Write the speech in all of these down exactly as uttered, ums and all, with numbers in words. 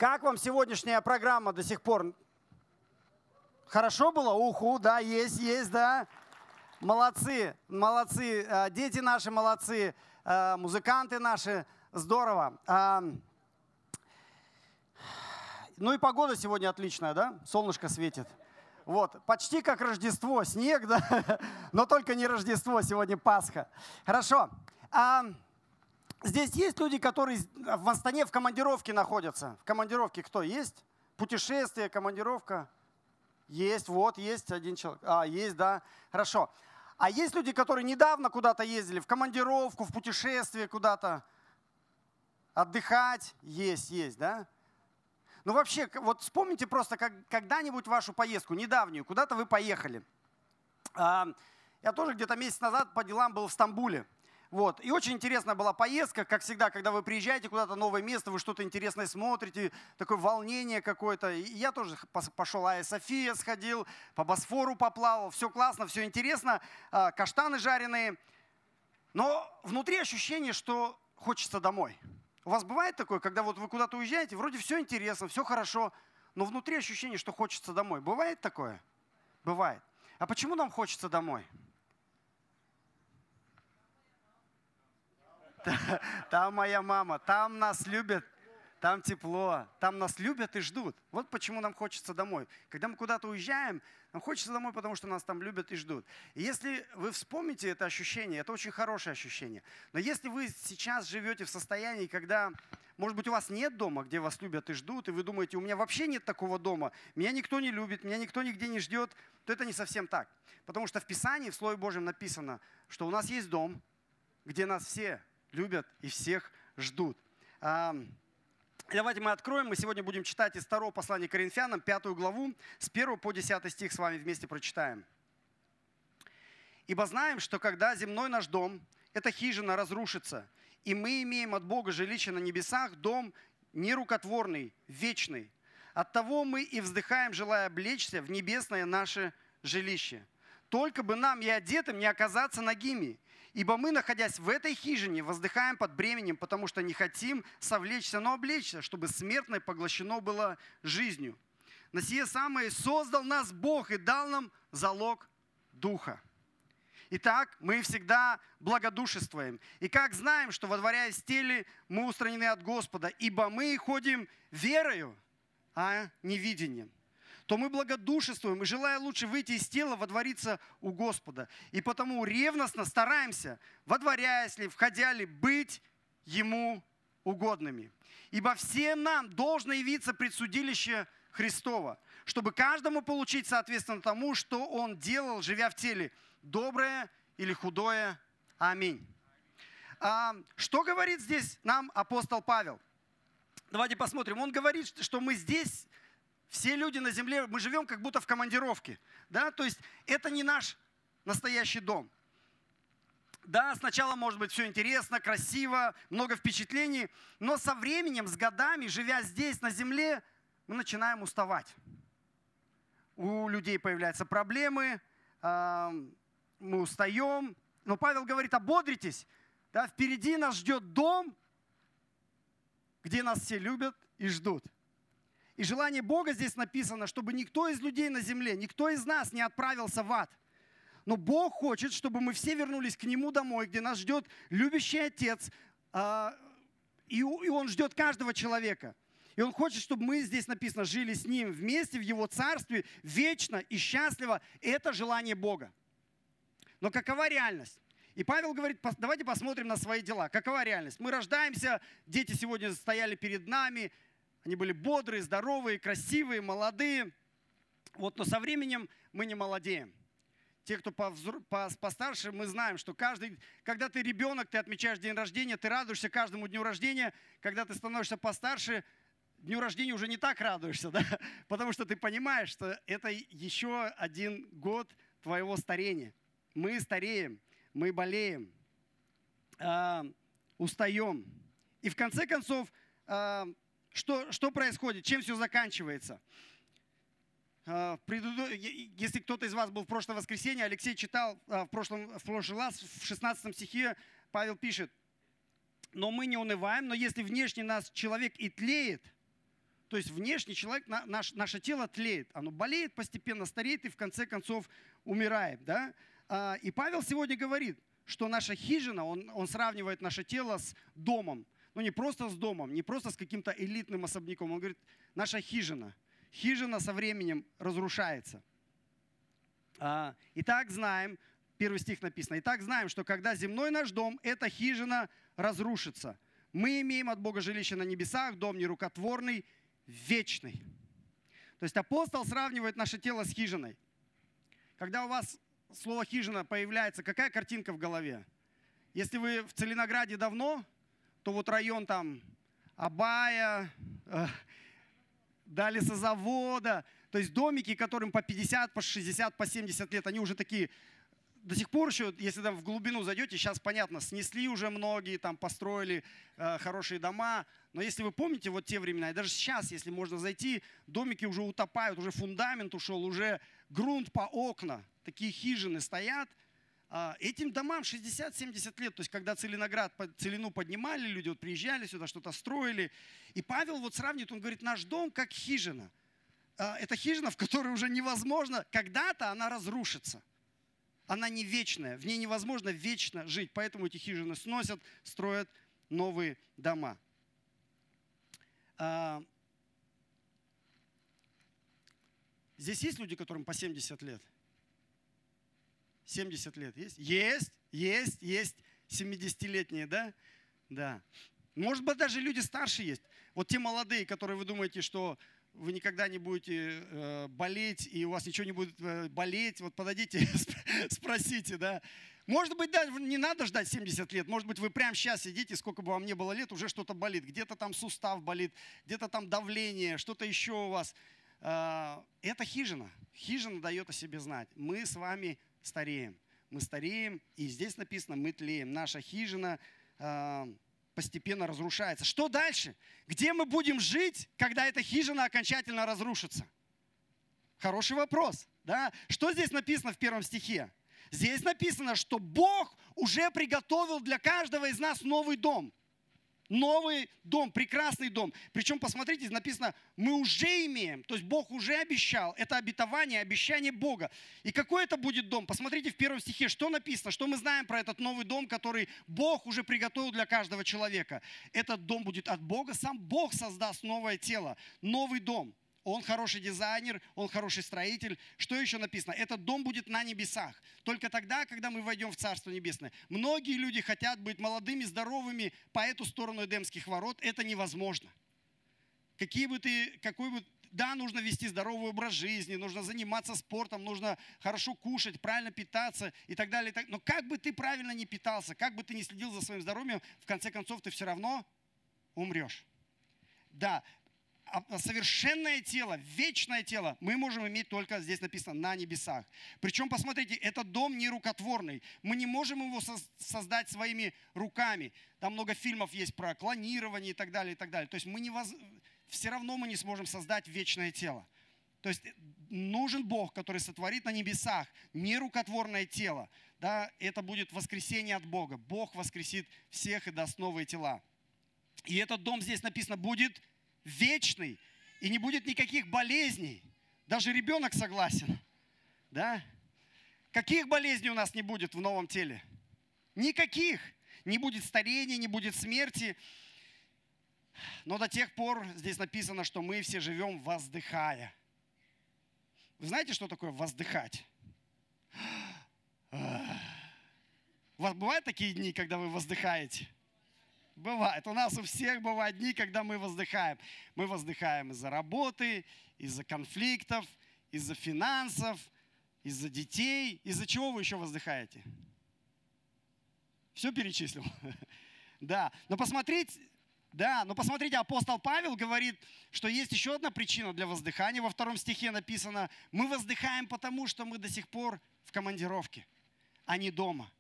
Как вам сегодняшняя программа до сих пор? Хорошо было? Уху, да, есть, есть, да. Молодцы, молодцы. Дети наши молодцы, музыканты наши. Здорово. Ну и погода сегодня отличная, да? Солнышко светит. Вот, почти как Рождество, снег, да? Но только не Рождество, сегодня Пасха. Хорошо. А здесь есть люди, которые в Астане в командировке находятся. В командировке кто есть? Путешествие, командировка? Есть, вот, есть один человек. А, есть, да. Хорошо. А есть люди, которые недавно куда-то ездили, в командировку, в путешествие куда-то отдыхать? Есть, есть, да? Ну вообще, вот вспомните просто как, когда-нибудь вашу поездку, недавнюю, куда-то вы поехали. А, я тоже где-то месяц назад по делам был в Стамбуле. Вот. И очень интересная была поездка, как всегда, когда вы приезжаете куда-то, новое место, вы что-то интересное смотрите, такое волнение какое-то. И я тоже пошел, Айя София сходил, по Босфору поплавал, все классно, все интересно, каштаны жареные. Но внутри ощущение, что хочется домой. У вас бывает такое, когда вот вы куда-то уезжаете, вроде все интересно, все хорошо, но внутри ощущение, что хочется домой. Бывает такое? Бывает. А почему нам хочется домой? Там моя мама, там нас любят, там тепло, там нас любят и ждут. Вот почему нам хочется домой. Когда мы куда-то уезжаем, нам хочется домой, потому что нас там любят и ждут. И если вы вспомните это ощущение, это очень хорошее ощущение. Но если вы сейчас живете в состоянии, когда, может быть, у вас нет дома, где вас любят и ждут, и вы думаете, у меня вообще нет такого дома, меня никто не любит, меня никто нигде не ждет, то это не совсем так. Потому что в Писании, в Слове Божьем написано, что у нас есть дом, где нас все любят и всех ждут. Давайте мы откроем. Мы сегодня будем читать из второго послания к Коринфянам, пятую главу, с первого по десятый стих с вами вместе прочитаем. «Ибо знаем, что когда земной наш дом, эта хижина, разрушится, и мы имеем от Бога жилище на небесах, дом нерукотворный, вечный. Оттого мы и вздыхаем, желая облечься в небесное наше жилище. Только бы нам и одетым не оказаться нагими. Ибо мы, находясь в этой хижине, воздыхаем под бременем, потому что не хотим совлечься, но облечься, чтобы смертное поглощено было жизнью. На сие самое создал нас Бог и дал нам залог Духа. Итак, мы всегда благодушествуем. И как знаем, что, водворяясь в теле, мы устранены от Господа, ибо мы ходим верою, а не видением. То мы благодушествуем и, желая лучше выйти из тела, водвориться у Господа. И потому ревностно стараемся, водворяясь ли, входя ли, быть Ему угодными. Ибо всем нам должно явиться предсудилище Христова, чтобы каждому получить соответственно тому, что он делал, живя в теле, доброе или худое. Аминь. А, что говорит здесь нам апостол Павел? Давайте посмотрим. Он говорит, что мы здесь... Все люди на земле, мы живем как будто в командировке. Да? То есть это не наш настоящий дом. Да, сначала может быть все интересно, красиво, много впечатлений, но со временем, с годами, живя здесь, на земле, мы начинаем уставать. У людей появляются проблемы, мы устаем. Но Павел говорит, ободритесь, да? Впереди нас ждет дом, где нас все любят и ждут. И желание Бога здесь написано, чтобы никто из людей на земле, никто из нас не отправился в ад. Но Бог хочет, чтобы мы все вернулись к Нему домой, где нас ждет любящий Отец, и Он ждет каждого человека. И Он хочет, чтобы мы, здесь написано, жили с Ним вместе в Его Царстве, вечно и счастливо. Это желание Бога. Но какова реальность? И Павел говорит, давайте посмотрим на свои дела. Какова реальность? Мы рождаемся, дети сегодня стояли перед нами, они были бодрые, здоровые, красивые, молодые. Вот, но со временем мы не молодеем. Те, кто постарше, мы знаем, что каждый, когда ты ребенок, ты отмечаешь день рождения, ты радуешься каждому дню рождения. Когда ты становишься постарше, дню рождения уже не так радуешься, да? Потому что ты понимаешь, что это еще один год твоего старения. Мы стареем, мы болеем, э, устаем. И в конце концов, э, Что, что происходит? Чем все заканчивается? Если кто-то из вас был в прошлое воскресенье, Алексей читал в, прошлом, в прошлый раз, в шестнадцатом стихе, Павел пишет, «Но мы не унываем, но если внешне нас человек и тлеет, То есть внешний человек, наш, наше тело тлеет, оно болеет постепенно, стареет и в конце концов умирает. Да? И Павел сегодня говорит, что наша хижина, он, он сравнивает наше тело с домом. Ну не просто с домом, не просто с каким-то элитным особняком. Он говорит, наша хижина. Хижина со временем разрушается. Итак, знаем, первый стих написано, итак, знаем, что когда земной наш дом, эта хижина разрушится. Мы имеем от Бога жилище на небесах, дом нерукотворный, вечный. То есть апостол сравнивает наше тело с хижиной. Когда у вас слово «хижина» появляется, какая картинка в голове? Если вы в Целинограде давно, то вот район там Абая, э, до лесозавода, то есть домики, которым по пятьдесят, по шестьдесят, по семьдесят лет, они уже такие, до сих пор еще, если там в глубину зайдете, сейчас понятно, снесли уже многие, там построили э, хорошие дома, но если вы помните вот те времена, и даже сейчас, если можно зайти, домики уже утопают, уже фундамент ушел, уже грунт по окна, такие хижины стоят. Э, этим домам шестьдесят-семьдесят лет, то есть когда Целиноград, Целину поднимали, люди вот приезжали сюда, что-то строили, и Павел вот сравнивает, он говорит, наш дом как хижина. Э, это хижина, в которой уже невозможно, когда-то она разрушится. Она не вечная, в ней невозможно вечно жить, поэтому эти хижины сносят, строят новые дома. Здесь есть люди, которым по семьдесят лет? семьдесят лет есть? Есть, есть, есть. семидесятилетние, да? Да. Может быть, даже люди старше есть. Вот те молодые, которые вы думаете, что вы никогда не будете э, болеть, и у вас ничего не будет э, болеть. Вот подойдите, спросите, да. Может быть, да, не надо ждать семьдесят лет. Может быть, вы прямо сейчас сидите, сколько бы вам ни было лет, уже что-то болит. Где-то там сустав болит, где-то там давление, что-то еще у вас. Э, это хижина. Хижина дает о себе знать. Мы с вами стареем. Мы стареем, и здесь написано, мы тлеем. Наша хижина э, постепенно разрушается. Что дальше? Где мы будем жить, когда эта хижина окончательно разрушится? Хороший вопрос. Да? Что здесь написано в первом стихе? Здесь написано, что Бог уже приготовил для каждого из нас новый дом. Новый дом, прекрасный дом. Причем, посмотрите, написано, мы уже имеем. То есть Бог уже обещал. Это обетование, обещание Бога. И какой это будет дом? Посмотрите в первом стихе, что написано, что мы знаем про этот новый дом, который Бог уже приготовил для каждого человека. Этот дом будет от Бога. Сам Бог создаст новое тело, новый дом. Он хороший дизайнер, он хороший строитель. Что еще написано? Этот дом будет на небесах. Только тогда, когда мы войдем в Царство Небесное. Многие люди хотят быть молодыми, здоровыми по эту сторону Эдемских ворот. Это невозможно. Какие бы ты, какой бы, да, нужно вести здоровый образ жизни, нужно заниматься спортом, нужно хорошо кушать, правильно питаться и так далее. Но как бы ты правильно не питался, как бы ты не следил за своим здоровьем, в конце концов ты все равно умрешь. Да. А совершенное тело, вечное тело мы можем иметь только, здесь написано, на небесах. Причем, посмотрите, этот дом не рукотворный. Мы не можем его создать своими руками. Там много фильмов есть про клонирование и так далее, и так далее. То есть мы не воз... все равно мы не сможем создать вечное тело. То есть нужен Бог, который сотворит на небесах нерукотворное тело. Да, это будет воскресение от Бога. Бог воскресит всех и даст новые тела. И этот дом, здесь написано, будет вечный, и не будет никаких болезней. Даже ребенок согласен. Да? Каких болезней у нас не будет в новом теле? Никаких. Не будет старения, не будет смерти. Но до тех пор здесь написано, что мы все живем воздыхая. Вы знаете, что такое воздыхать? У вас бывают такие дни, когда вы воздыхаете? Бывает. У нас у всех бывают дни, когда мы воздыхаем. Мы воздыхаем из-за работы, из-за конфликтов, из-за финансов, из-за детей. Из-за чего вы еще воздыхаете? Все перечислил? Да. Но посмотрите, да, но посмотрите, апостол Павел говорит, что есть еще одна причина для воздыхания. Во втором стихе написано, мы воздыхаем потому, что мы до сих пор в командировке, а не дома.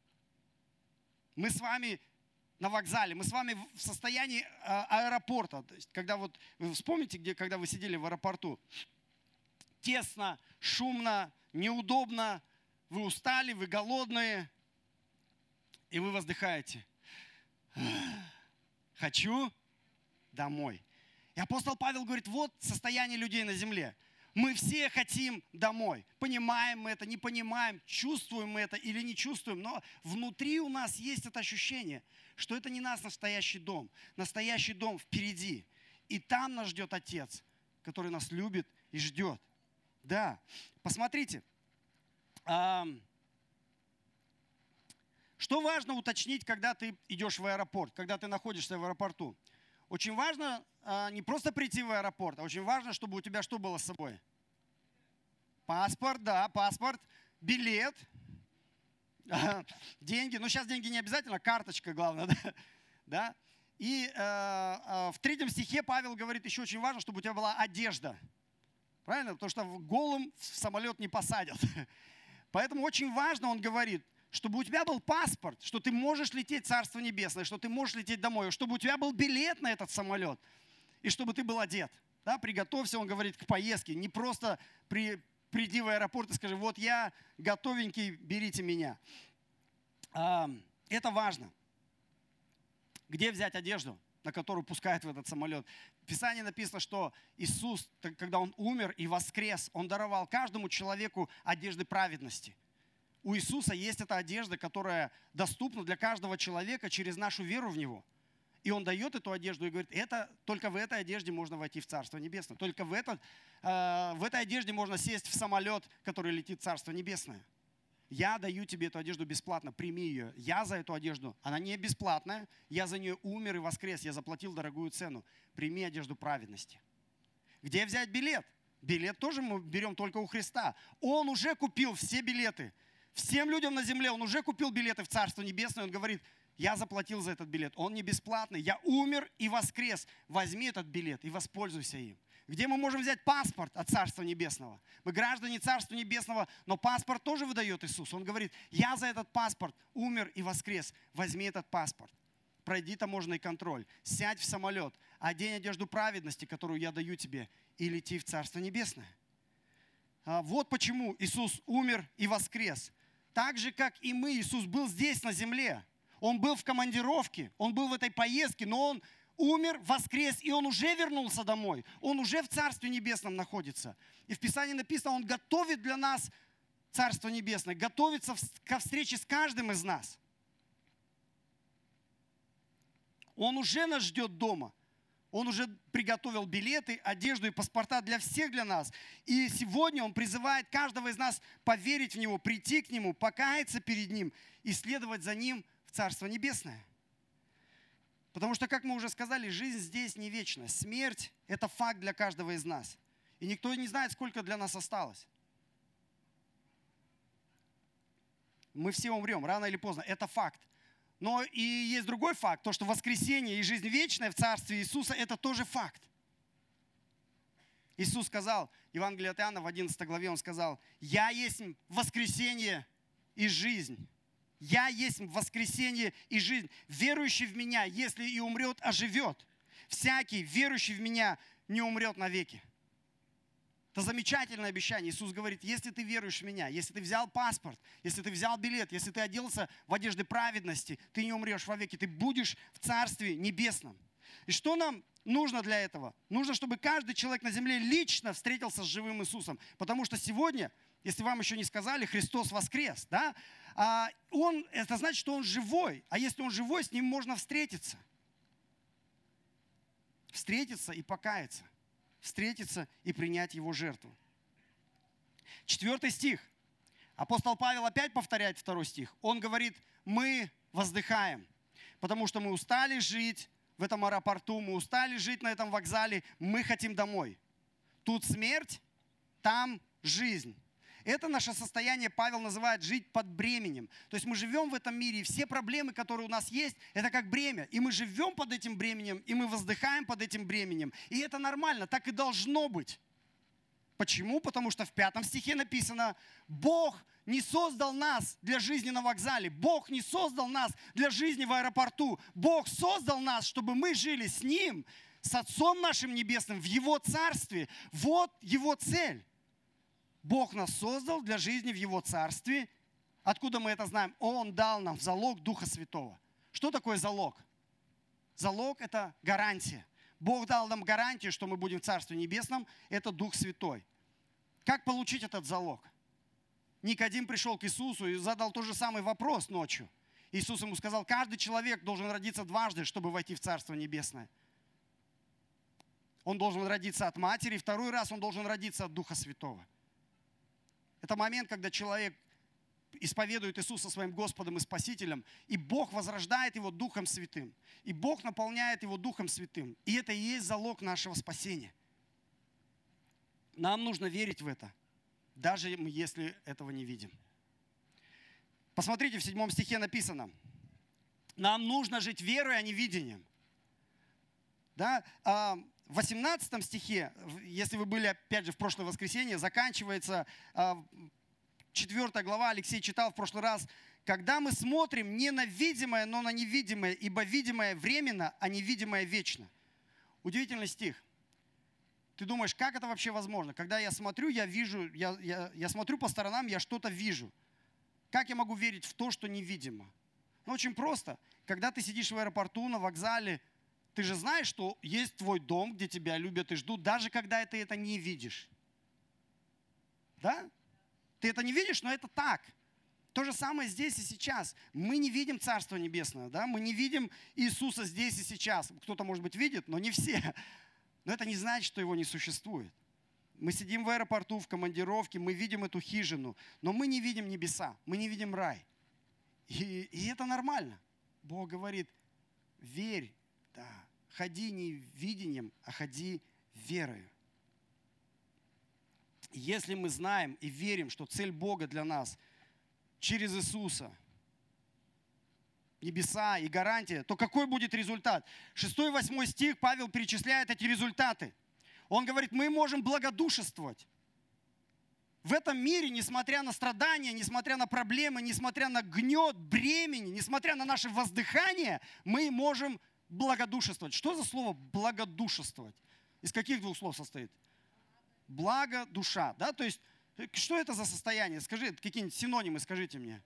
Мы с вами на вокзале, мы с вами в состоянии аэропорта. То есть, когда вот, вы вспомните, где, когда вы сидели в аэропорту, тесно, шумно, неудобно, вы устали, вы голодные, и вы воздыхаете. Хочу домой. И апостол Павел говорит, вот состояние людей на земле. Мы все хотим домой. Понимаем мы это, не понимаем, чувствуем мы это или не чувствуем. Но внутри у нас есть это ощущение, что это не наш настоящий дом. Настоящий дом впереди. И там нас ждет Отец, который нас любит и ждет. Да, посмотрите. Что важно уточнить, когда ты идешь в аэропорт, когда ты находишься в аэропорту? Очень важно а, не просто прийти в аэропорт, а очень важно, чтобы у тебя что было с собой? Паспорт, да, паспорт, билет, деньги. Ну, сейчас деньги не обязательно, карточка главное, да? да? И э, э, в третьем стихе Павел говорит, еще очень важно, чтобы у тебя была одежда. Правильно? Потому что голым в самолет не посадят. Поэтому очень важно, он говорит, чтобы у тебя был паспорт, что ты можешь лететь в Царство Небесное, что ты можешь лететь домой, чтобы у тебя был билет на этот самолет, и чтобы ты был одет. Да, приготовься, он говорит, к поездке. Не просто при, приди в аэропорт и скажи, вот я готовенький, берите меня. А, это важно. Где взять одежду, на которую пускают в этот самолет? В Писании написано, что Иисус, когда Он умер и воскрес, Он даровал каждому человеку одежды праведности. У Иисуса есть эта одежда, которая доступна для каждого человека через нашу веру в Него. И Он дает эту одежду и говорит, это, только в этой одежде можно войти в Царство Небесное. Только в, этот, э, в этой одежде можно сесть в самолет, который летит в Царство Небесное. Я даю тебе эту одежду бесплатно, прими ее. Я за эту одежду, она не бесплатная, я за нее умер и воскрес, я заплатил дорогую цену. Прими одежду праведности. Где взять билет? Билет тоже мы берем только у Христа. Он уже купил все билеты. Всем людям на земле Он уже купил билеты в Царство Небесное. Он говорит, я заплатил за этот билет. Он не бесплатный. Я умер и воскрес. Возьми этот билет и воспользуйся им. Где мы можем взять паспорт от Царства Небесного? Мы граждане Царства Небесного, но паспорт тоже выдает Иисус. Он говорит, я за этот паспорт умер и воскрес. Возьми этот паспорт. Пройди таможенный контроль. Сядь в самолет. Одень одежду праведности, которую я даю тебе, и лети в Царство Небесное. Вот почему Иисус умер и воскрес. Так же, как и мы, Иисус был здесь, на земле. Он был в командировке, Он был в этой поездке, но Он умер, воскрес, и Он уже вернулся домой. Он уже в Царстве Небесном находится. И в Писании написано, Он готовит для нас Царство Небесное, готовится ко встрече с каждым из нас. Он уже нас ждет дома. Он уже приготовил билеты, одежду и паспорта для всех, для нас. И сегодня Он призывает каждого из нас поверить в Него, прийти к Нему, покаяться перед Ним и следовать за Ним в Царство Небесное. Потому что, как мы уже сказали, жизнь здесь не вечна. Смерть – это факт для каждого из нас. И никто не знает, сколько для нас осталось. Мы все умрем, рано или поздно. Это факт. Но и есть другой факт, то, что воскресение и жизнь вечная в Царстве Иисуса – это тоже факт. Иисус сказал, Евангелие от Иоанна в одиннадцатой главе, Он сказал, «Я есть воскресение и жизнь». «Я есть воскресение и жизнь. Верующий в Меня, если и умрет, оживет. Всякий, верующий в Меня, не умрет навеки». Это замечательное обещание. Иисус говорит, если ты веруешь в Меня, если ты взял паспорт, если ты взял билет, если ты оделся в одежды праведности, ты не умрешь вовеки, ты будешь в Царстве Небесном. И что нам нужно для этого? Нужно, чтобы каждый человек на земле лично встретился с живым Иисусом. Потому что сегодня, если вам еще не сказали, Христос воскрес. Да? А он, это значит, что Он живой. А если Он живой, с Ним можно встретиться. Встретиться и покаяться. Встретиться и принять Его жертву. Четвертый стих. Апостол Павел опять повторяет второй стих. Он говорит, мы воздыхаем, потому что мы устали жить в этом аэропорту, мы устали жить на этом вокзале, мы хотим домой. Тут смерть, там жизнь. Это наше состояние Павел называет жить под бременем. То есть мы живем в этом мире, и все проблемы, которые у нас есть, это как бремя. И мы живем под этим бременем, и мы воздыхаем под этим бременем. И это нормально, так и должно быть. Почему? Потому что в пятом стихе написано, Бог не создал нас для жизни на вокзале. Бог не создал нас для жизни в аэропорту. Бог создал нас, чтобы мы жили с Ним, с Отцом нашим Небесным, в Его Царстве. Вот Его цель. Бог нас создал для жизни в Его Царстве. Откуда мы это знаем? Он дал нам в залог Духа Святого. Что такое залог? Залог – это гарантия. Бог дал нам гарантию, что мы будем в Царстве Небесном. Это Дух Святой. Как получить этот залог? Никодим пришел к Иисусу и задал тот же самый вопрос ночью. Иисус ему сказал, каждый человек должен родиться дважды, чтобы войти в Царство Небесное. Он должен родиться от матери, второй раз он должен родиться от Духа Святого. Это момент, когда человек исповедует Иисуса своим Господом и Спасителем, и Бог возрождает его Духом Святым. И Бог наполняет его Духом Святым. И это и есть залог нашего спасения. Нам нужно верить в это, даже если этого не видим. Посмотрите, в седьмом стихе написано, нам нужно жить верой, а не видением. Да? В восемнадцатом стихе, если вы были, опять же, в прошлое воскресенье, заканчивается четвёртая глава, Алексей читал в прошлый раз, когда мы смотрим не на видимое, но на невидимое, ибо видимое временно, а невидимое вечно. Удивительный стих. Ты думаешь, как это вообще возможно? Когда я смотрю, я вижу, я, я, я смотрю по сторонам, я что-то вижу. Как я могу верить в то, что невидимо? Ну, очень просто. Когда ты сидишь в аэропорту, на вокзале, ты же знаешь, что есть твой дом, где тебя любят и ждут, даже когда ты это не видишь. Да? Ты это не видишь, но это так. То же самое здесь и сейчас. Мы не видим Царство Небесное, да? Мы не видим Иисуса здесь и сейчас. Кто-то, может быть, видит, но не все. Но это не значит, что его не существует. Мы сидим в аэропорту, в командировке, мы видим эту хижину, но мы не видим небеса, мы не видим рай. И, и это нормально. Бог говорит, верь, да, ходи не видением, а ходи верою. Если мы знаем и верим, что цель Бога для нас через Иисуса, небеса и гарантия, то какой будет результат? Шестой и восьмой стих Павел перечисляет эти результаты. Он говорит, мы можем благодушествовать. В этом мире, несмотря на страдания, несмотря на проблемы, несмотря на гнет, бремени, несмотря на наше воздыхание, мы можем благодушествовать. Что за слово благодушествовать? Из каких двух слов состоит? Благо, душа. Да? То есть, что это за состояние? Скажи, какие-нибудь синонимы скажите мне.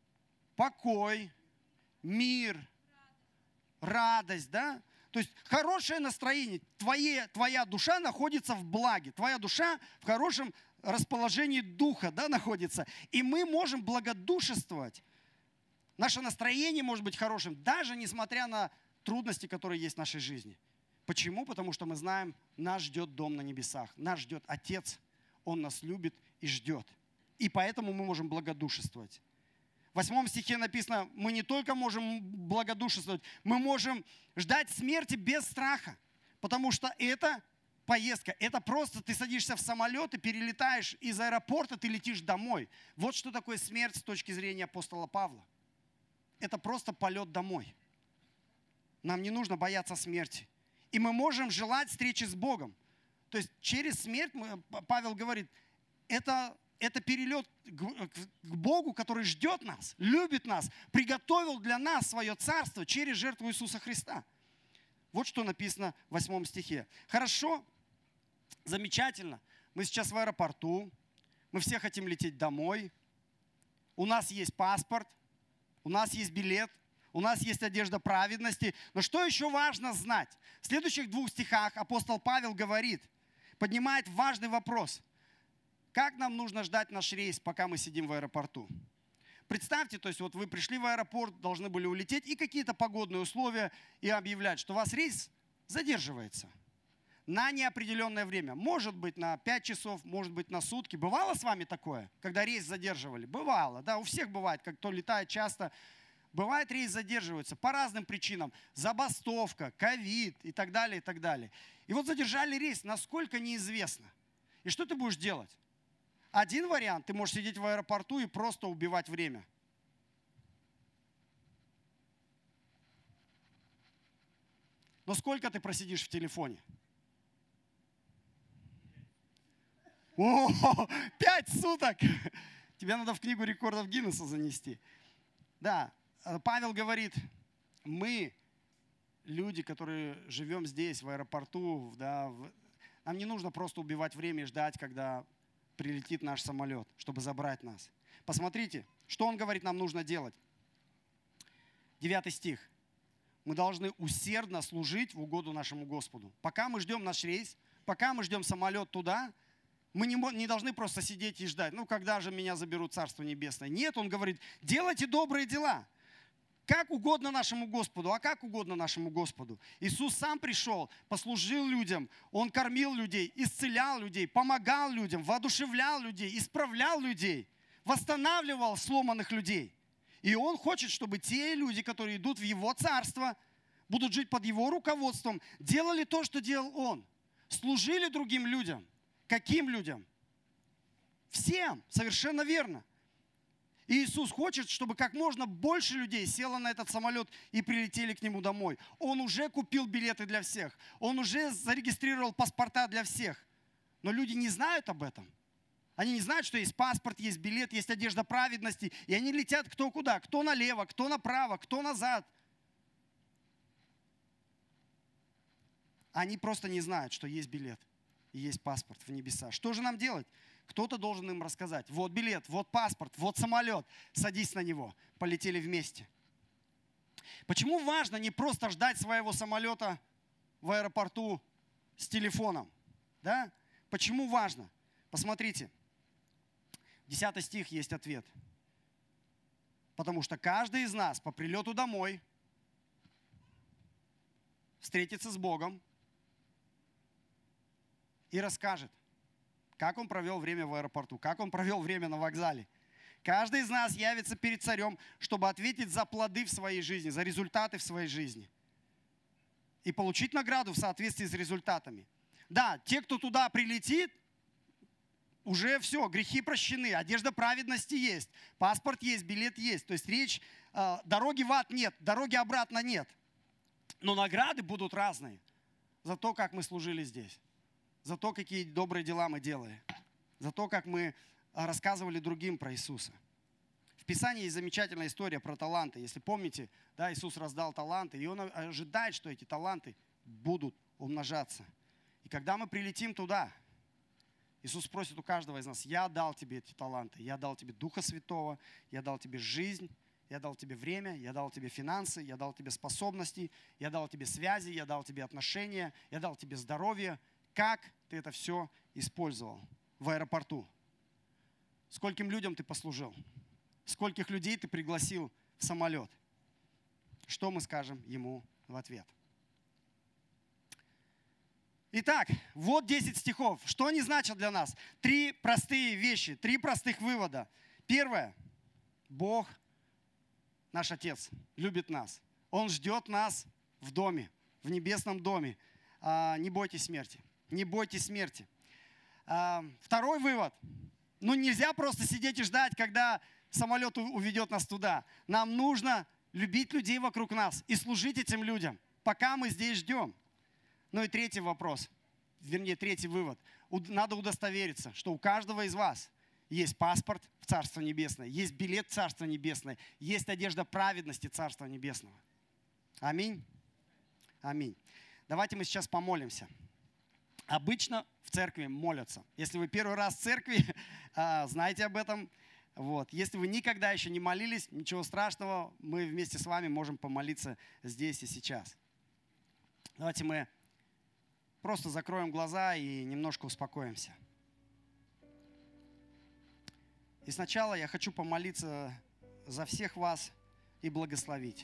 Покой, мир, радость, да? То есть хорошее настроение, твоя, твоя душа находится в благе, твоя душа в хорошем расположении духа, да, находится. И мы можем благодушествовать. Наше настроение может быть хорошим, даже несмотря на трудности, которые есть в нашей жизни. Почему? Потому что мы знаем, нас ждет дом на небесах, нас ждет Отец, Он нас любит и ждет. И поэтому мы можем благодушествовать. В восьмом стихе написано, мы не только можем благодушествовать, мы можем ждать смерти без страха. Потому что это поездка, это просто ты садишься в самолет и перелетаешь из аэропорта, ты летишь домой. Вот что такое смерть с точки зрения апостола Павла. Это просто полет домой. Нам не нужно бояться смерти. И мы можем желать встречи с Богом. То есть через смерть, Павел говорит, это... Это перелет к Богу, который ждет нас, любит нас, приготовил для нас свое царство через жертву Иисуса Христа. Вот что написано в восьмом стихе. Хорошо, замечательно. Мы сейчас в аэропорту, мы все хотим лететь домой. У нас есть паспорт, у нас есть билет, у нас есть одежда праведности. Но что еще важно знать? В следующих двух стихах апостол Павел говорит, поднимает важный вопрос. Как нам нужно ждать наш рейс, пока мы сидим в аэропорту? Представьте, то есть вот вы пришли в аэропорт, должны были улететь, и какие-то погодные условия, и объявляют, что у вас рейс задерживается на неопределенное время. Может быть на пять часов, может быть на сутки. Бывало с вами такое, когда рейс задерживали? Бывало, да, у всех бывает, как кто летает часто. Бывает, рейс задерживается по разным причинам. Забастовка, ковид и так далее, и так далее. И вот задержали рейс, насколько неизвестно. И что ты будешь делать? Один вариант, ты можешь сидеть в аэропорту и просто убивать время. Но сколько ты просидишь в телефоне? О, пять суток! Тебе надо в книгу рекордов Гиннесса занести. Да, Павел говорит, мы, люди, которые живем здесь, в аэропорту, да, в... нам не нужно просто убивать время и ждать, когда прилетит наш самолет, чтобы забрать нас. Посмотрите, что он говорит, нам нужно делать. Девятый стих. мы должны усердно служить в угоду нашему Господу. Пока мы ждем наш рейс, пока мы ждем самолет туда, мы не, не должны просто сидеть и ждать, ну когда же меня заберут в Царство Небесное. Нет, он говорит, делайте добрые дела. Как угодно нашему Господу, а как угодно нашему Господу. Иисус сам пришел, послужил людям, Он кормил людей, исцелял людей, помогал людям, воодушевлял людей, исправлял людей, восстанавливал сломанных людей. И Он хочет, чтобы те люди, которые идут в Его Царство, будут жить под Его руководством, делали то, что делал Он. Служили другим людям. Каким людям? Всем, совершенно верно. И Иисус хочет, чтобы как можно больше людей село на этот самолет и прилетели к Нему домой. Он уже купил билеты для всех. Он уже зарегистрировал паспорта для всех. Но люди не знают об этом. Они не знают, что есть паспорт, есть билет, есть одежда праведности. И они летят кто куда. Кто налево, кто направо, кто назад. Они просто не знают, что есть билет и есть паспорт в небеса. Что же нам делать? Кто-то должен им рассказать. Вот билет, вот паспорт, вот самолет. Садись на него. Полетели вместе. Почему важно не просто ждать своего самолета в аэропорту с телефоном? Да? Почему важно? Посмотрите. Десятый стих есть ответ. Потому что каждый из нас по прилету домой встретится с Богом и расскажет, как он провел время в аэропорту, как он провел время на вокзале. Каждый из нас явится перед царем, чтобы ответить за плоды в своей жизни, за результаты в своей жизни. И получить награду в соответствии с результатами. Да, те, кто туда прилетит, уже все, грехи прощены, одежда праведности есть, паспорт есть, билет есть. То есть речь, э, дороги в ад нет, дороги обратно нет. Но награды будут разные за то, как мы служили здесь. За то, какие добрые дела мы делали. За то, как мы рассказывали другим про Иисуса. В Писании есть замечательная история про таланты. Если помните, да, Иисус раздал таланты, и Он ожидает, что эти таланты будут умножаться. И когда мы прилетим туда, Иисус спросит у каждого из нас, я дал тебе эти таланты, я дал тебе Духа Святого, я дал тебе жизнь, я дал тебе время, я дал тебе финансы, я дал тебе способности, я дал тебе связи, я дал тебе отношения, я дал тебе здоровье. Как ты это все использовал в аэропорту? Скольким людям ты послужил? Скольких людей ты пригласил в самолет? Что мы скажем ему в ответ? Итак, вот десять стихов. Что они значат для нас? Три простые вещи, три простых вывода. Первое. Бог, наш Отец, любит нас. Он ждет нас в доме, в небесном доме. Не бойтесь смерти. Не бойтесь смерти. Второй вывод. Ну нельзя просто сидеть и ждать, когда самолет уведет нас туда. Нам нужно любить людей вокруг нас и служить этим людям, пока мы здесь ждем. Ну и третий вопрос, вернее третий вывод. Надо удостовериться, что у каждого из вас есть паспорт в Царство Небесное, есть билет в Царство Небесное, есть одежда праведности Царства Небесного. Аминь. Аминь. Давайте мы сейчас помолимся. Обычно в церкви молятся. Если вы первый раз в церкви, знайте об этом. Вот. Если вы никогда еще не молились, ничего страшного, мы вместе с вами можем помолиться здесь и сейчас. Давайте мы просто закроем глаза и немножко успокоимся. И сначала я хочу помолиться за всех вас и благословить.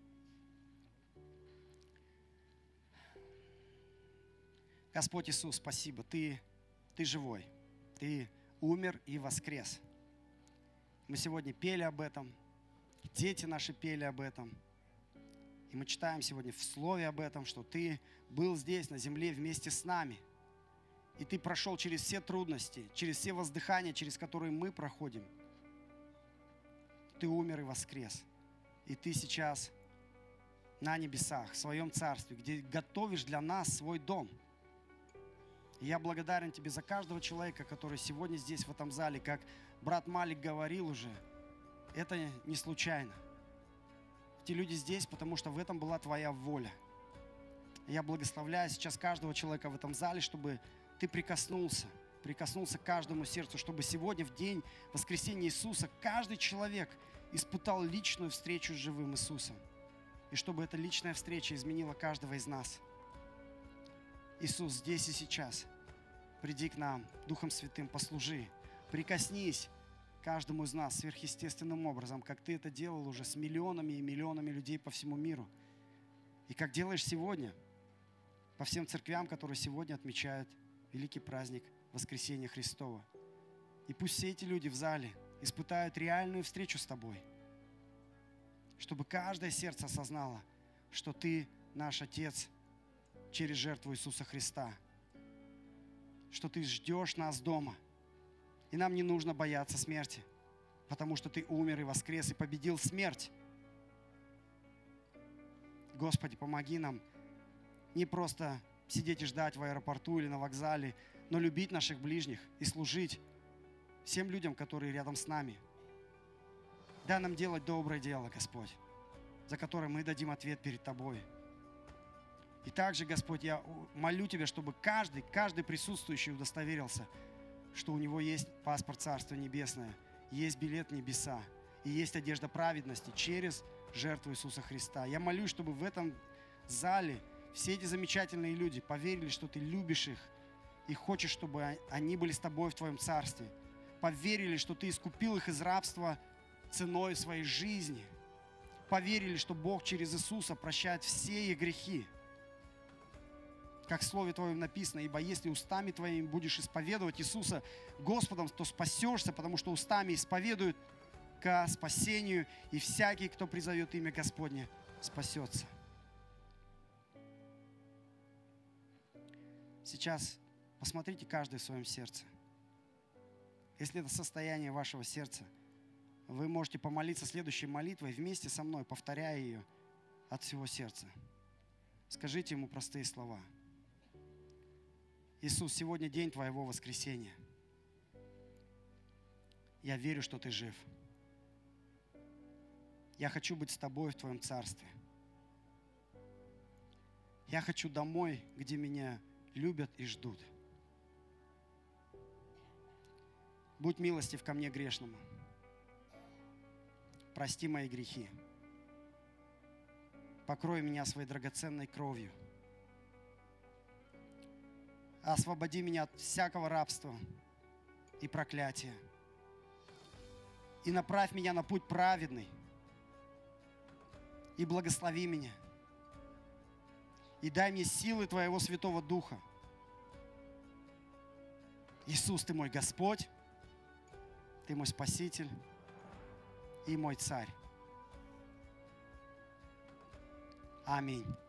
Господь Иисус, спасибо. Ты, Ты живой. Ты умер и воскрес. Мы сегодня пели об этом. Дети наши пели об этом. И мы читаем сегодня в Слове об этом, что Ты был здесь, на земле, вместе с нами. И Ты прошел через все трудности, через все воздыхания, через которые мы проходим. Ты умер и воскрес. И Ты сейчас на небесах, в Своем Царстве, где готовишь для нас свой дом. И я благодарен Тебе за каждого человека, который сегодня здесь, в этом зале, как брат Малик говорил уже, это не случайно. Эти люди здесь, потому что в этом была Твоя воля. И я благословляю сейчас каждого человека в этом зале, чтобы Ты прикоснулся, прикоснулся к каждому сердцу, чтобы сегодня, в день воскресения Иисуса, каждый человек испытал личную встречу с живым Иисусом. и чтобы эта личная встреча изменила каждого из нас. Иисус, здесь и сейчас приди к нам, Духом Святым, послужи, прикоснись к каждому из нас сверхъестественным образом, как Ты это делал уже с миллионами и миллионами людей по всему миру. И как делаешь сегодня по всем церквям, которые сегодня отмечают великий праздник Воскресения Христова. И пусть все эти люди в зале испытают реальную встречу с Тобой, чтобы каждое сердце осознало, что Ты наш Отец через жертву Иисуса Христа, что Ты ждешь нас дома, и нам не нужно бояться смерти, потому что Ты умер и воскрес, и победил смерть. Господи, помоги нам не просто сидеть и ждать в аэропорту или на вокзале, но любить наших ближних и служить всем людям, которые рядом с нами. Дай нам делать доброе дело, Господь, за которое мы дадим ответ перед Тобой. И также, Господь, я молю Тебя, чтобы каждый, каждый присутствующий удостоверился, что у него есть паспорт Царства Небесное, есть билет в небеса и есть одежда праведности через жертву Иисуса Христа. Я молюсь, чтобы в этом зале все эти замечательные люди поверили, что Ты любишь их и хочешь, чтобы они были с Тобой в Твоем Царстве. Поверили, что Ты искупил их из рабства ценой своей жизни. Поверили, что Бог через Иисуса прощает все их грехи. Как в Слове Твоем написано: ибо если устами Твоими будешь исповедовать Иисуса Господом, то спасешься, потому что устами исповедуют к спасению, и всякий, кто призовет имя Господне, спасется. Сейчас посмотрите каждый в своем сердце. Если это состояние вашего сердца, вы можете помолиться следующей молитвой вместе со мной, повторяя ее от всего сердца. Скажите Ему простые слова. Иисус, сегодня день Твоего воскресения. Я верю, что Ты жив. Я хочу быть с Тобой в Твоем Царстве. Я хочу домой, где меня любят и ждут. Будь милостив ко мне грешному. Прости мои грехи. Покрой меня своей драгоценной кровью. Освободи меня от всякого рабства и проклятия. И направь меня на путь праведный. И благослови меня. И дай мне силы Твоего Святого Духа. Иисус, Ты мой Господь, Ты мой Спаситель и мой Царь. Аминь.